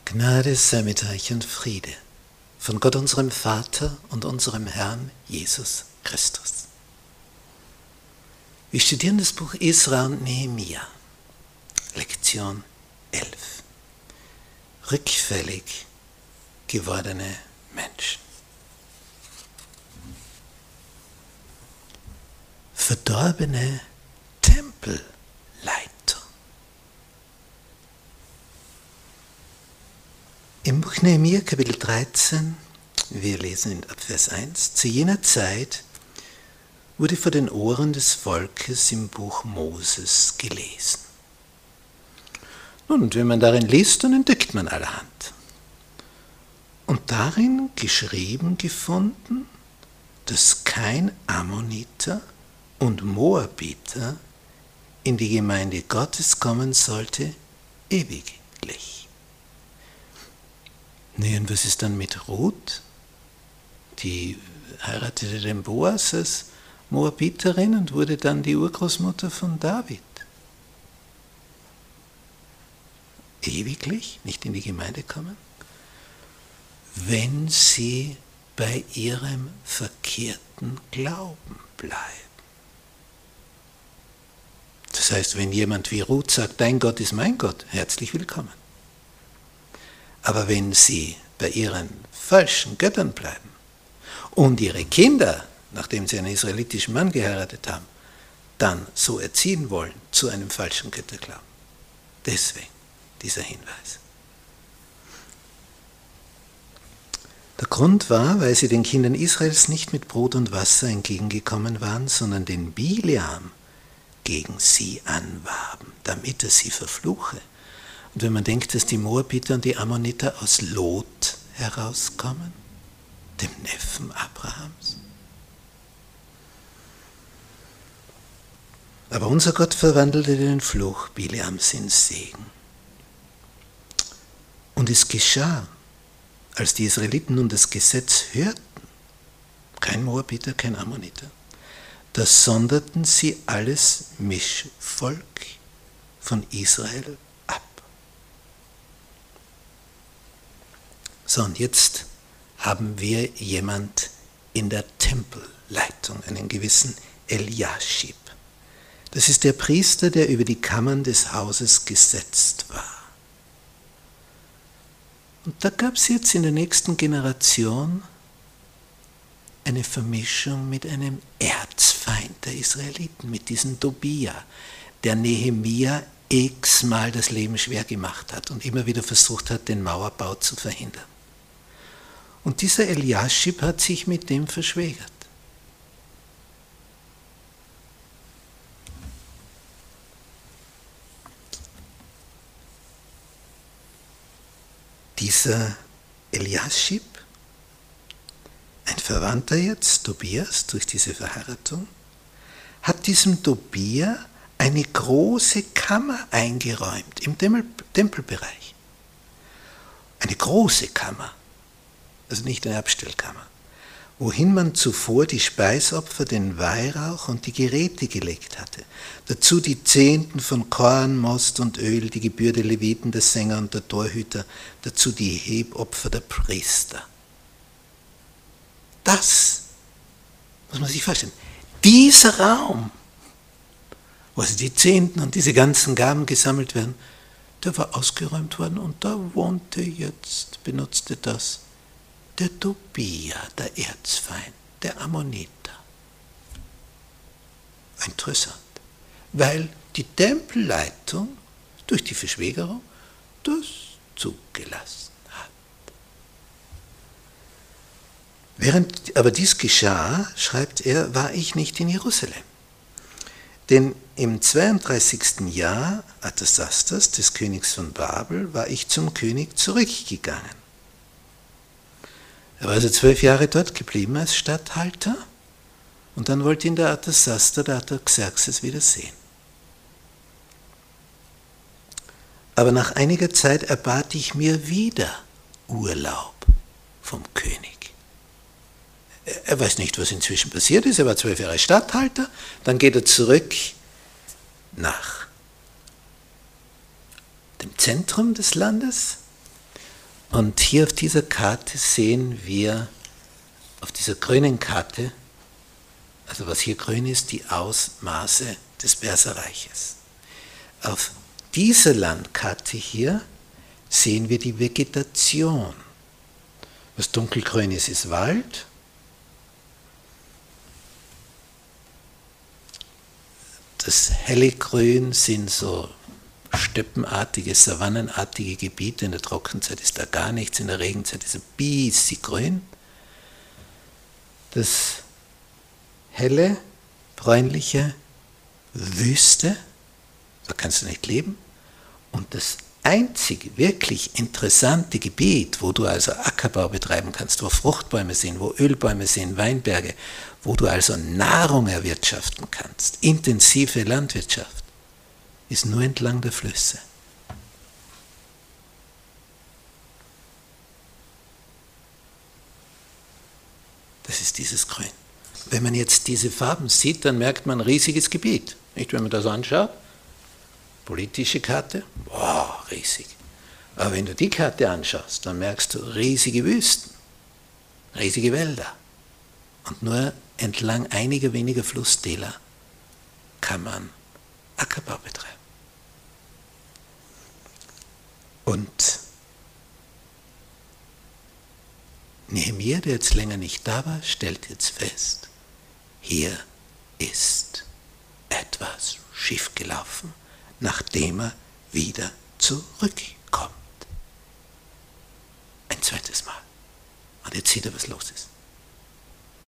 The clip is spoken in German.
Gnade sei mit euch und Friede von Gott unserem Vater und unserem Herrn Jesus Christus. Wir studieren das Buch Esra und Nehemia, Lektion 11. Rückfällig gewordene Menschen. Verdorbene Tempelleiter. Im Buch Nehemia, Kapitel 13, wir lesen ab Vers 1, zu jener Zeit wurde vor den Ohren des Volkes im Buch Moses gelesen. Nun, und wenn man darin liest, dann entdeckt man allerhand. Und darin geschrieben gefunden, dass kein Ammoniter und Moabiter in die Gemeinde Gottes kommen sollte, ewiglich. Nee, und was ist dann mit Ruth? Die heiratete den Boas als Moabiterin und wurde dann die Urgroßmutter von David. Ewiglich nicht in die Gemeinde kommen? Wenn sie bei ihrem verkehrten Glauben bleiben. Das heißt, wenn jemand wie Ruth sagt, dein Gott ist mein Gott, herzlich willkommen. Aber wenn sie bei ihren falschen Göttern bleiben und ihre Kinder, nachdem sie einen israelitischen Mann geheiratet haben, dann so erziehen wollen zu einem falschen Götterglauben. Deswegen dieser Hinweis. Der Grund war, weil sie den Kindern Israels nicht mit Brot und Wasser entgegengekommen waren, sondern den Bileam gegen sie anwarben, damit er sie verfluche. Und wenn man denkt, dass die Moabiter und die Ammoniter aus Lot herauskommen, dem Neffen Abrahams. Aber unser Gott verwandelte den Fluch Bileams in Segen. Und es geschah, als die Israeliten nun das Gesetz hörten, kein Moabiter, kein Ammoniter, da sonderten sie alles Mischvolk von Israel ab. So, und jetzt haben wir jemand in der Tempelleitung, einen gewissen Eliaschib. Das ist der Priester, der über die Kammern des Hauses gesetzt war. Und da gab es jetzt in der nächsten Generation eine Vermischung mit einem Erzfeind der Israeliten, mit diesem Tobia, der Nehemia x-mal das Leben schwer gemacht hat und immer wieder versucht hat, den Mauerbau zu verhindern. Und dieser Eliaschib hat sich mit dem verschwägert. Dieser Eliaschib, ein Verwandter jetzt, Tobias, durch diese Verheiratung, hat diesem Tobia eine große Kammer eingeräumt im Tempelbereich. Eine große Kammer, also nicht eine Abstellkammer, wohin man zuvor die Speisopfer, den Weihrauch und die Geräte gelegt hatte. Dazu die Zehnten von Korn, Most und Öl, die Gebühr der Leviten, der Sänger und der Torhüter, dazu die Hebopfer der Priester. Das muss man sich vorstellen. Dieser Raum, wo also die Zehnten und diese ganzen Gaben gesammelt werden, der war ausgeräumt worden und da wohnte jetzt, benutzte das, der Tobia, der Erzfeind, der Ammoniter. Interessant, weil die Tempelleitung durch die Verschwägerung das zugelassen hat. Während aber dies geschah, schreibt er, war ich nicht in Jerusalem. Denn im 32. Jahr Artasastas, des Königs von Babel, war ich zum König zurückgegangen. Er war also 12 Jahre dort geblieben als Statthalter und dann wollte ihn der Artasasta, der Artaxerxes, wieder sehen. Aber nach einiger Zeit erbat ich mir wieder Urlaub vom König. Er weiß nicht, was inzwischen passiert ist, er war 12 Jahre Statthalter, dann geht er zurück nach dem Zentrum des Landes Und hier auf dieser Karte sehen wir, auf dieser grünen Karte, also was hier grün ist, die Ausmaße des Perserreiches. Auf dieser Landkarte hier sehen wir die Vegetation. Was dunkelgrün ist, ist Wald. Das helle Grün sind so steppenartige, savannenartige Gebiete. In der Trockenzeit ist da gar nichts, in der Regenzeit ist ein bisschen grün. Das helle, bräunliche, Wüste, da kannst du nicht leben. Und das einzige wirklich interessante Gebiet, wo du also Ackerbau betreiben kannst, wo Fruchtbäume sind, wo Ölbäume sind, Weinberge, wo du also Nahrung erwirtschaften kannst, intensive Landwirtschaft, ist nur entlang der Flüsse. Das ist dieses Grün. Wenn man jetzt diese Farben sieht, dann merkt man ein riesiges Gebiet. Nicht, wenn man das anschaut? Politische Karte, wow, riesig. Aber wenn du die Karte anschaust, dann merkst du riesige Wüsten, riesige Wälder. Und nur entlang einiger weniger Flusstäler kann man Ackerbau betreiben. Und Nehemia, der jetzt länger nicht da war, stellt jetzt fest, hier ist etwas schiefgelaufen, nachdem er wieder zurückkommt. Ein zweites Mal. Und jetzt sieht er, was los ist.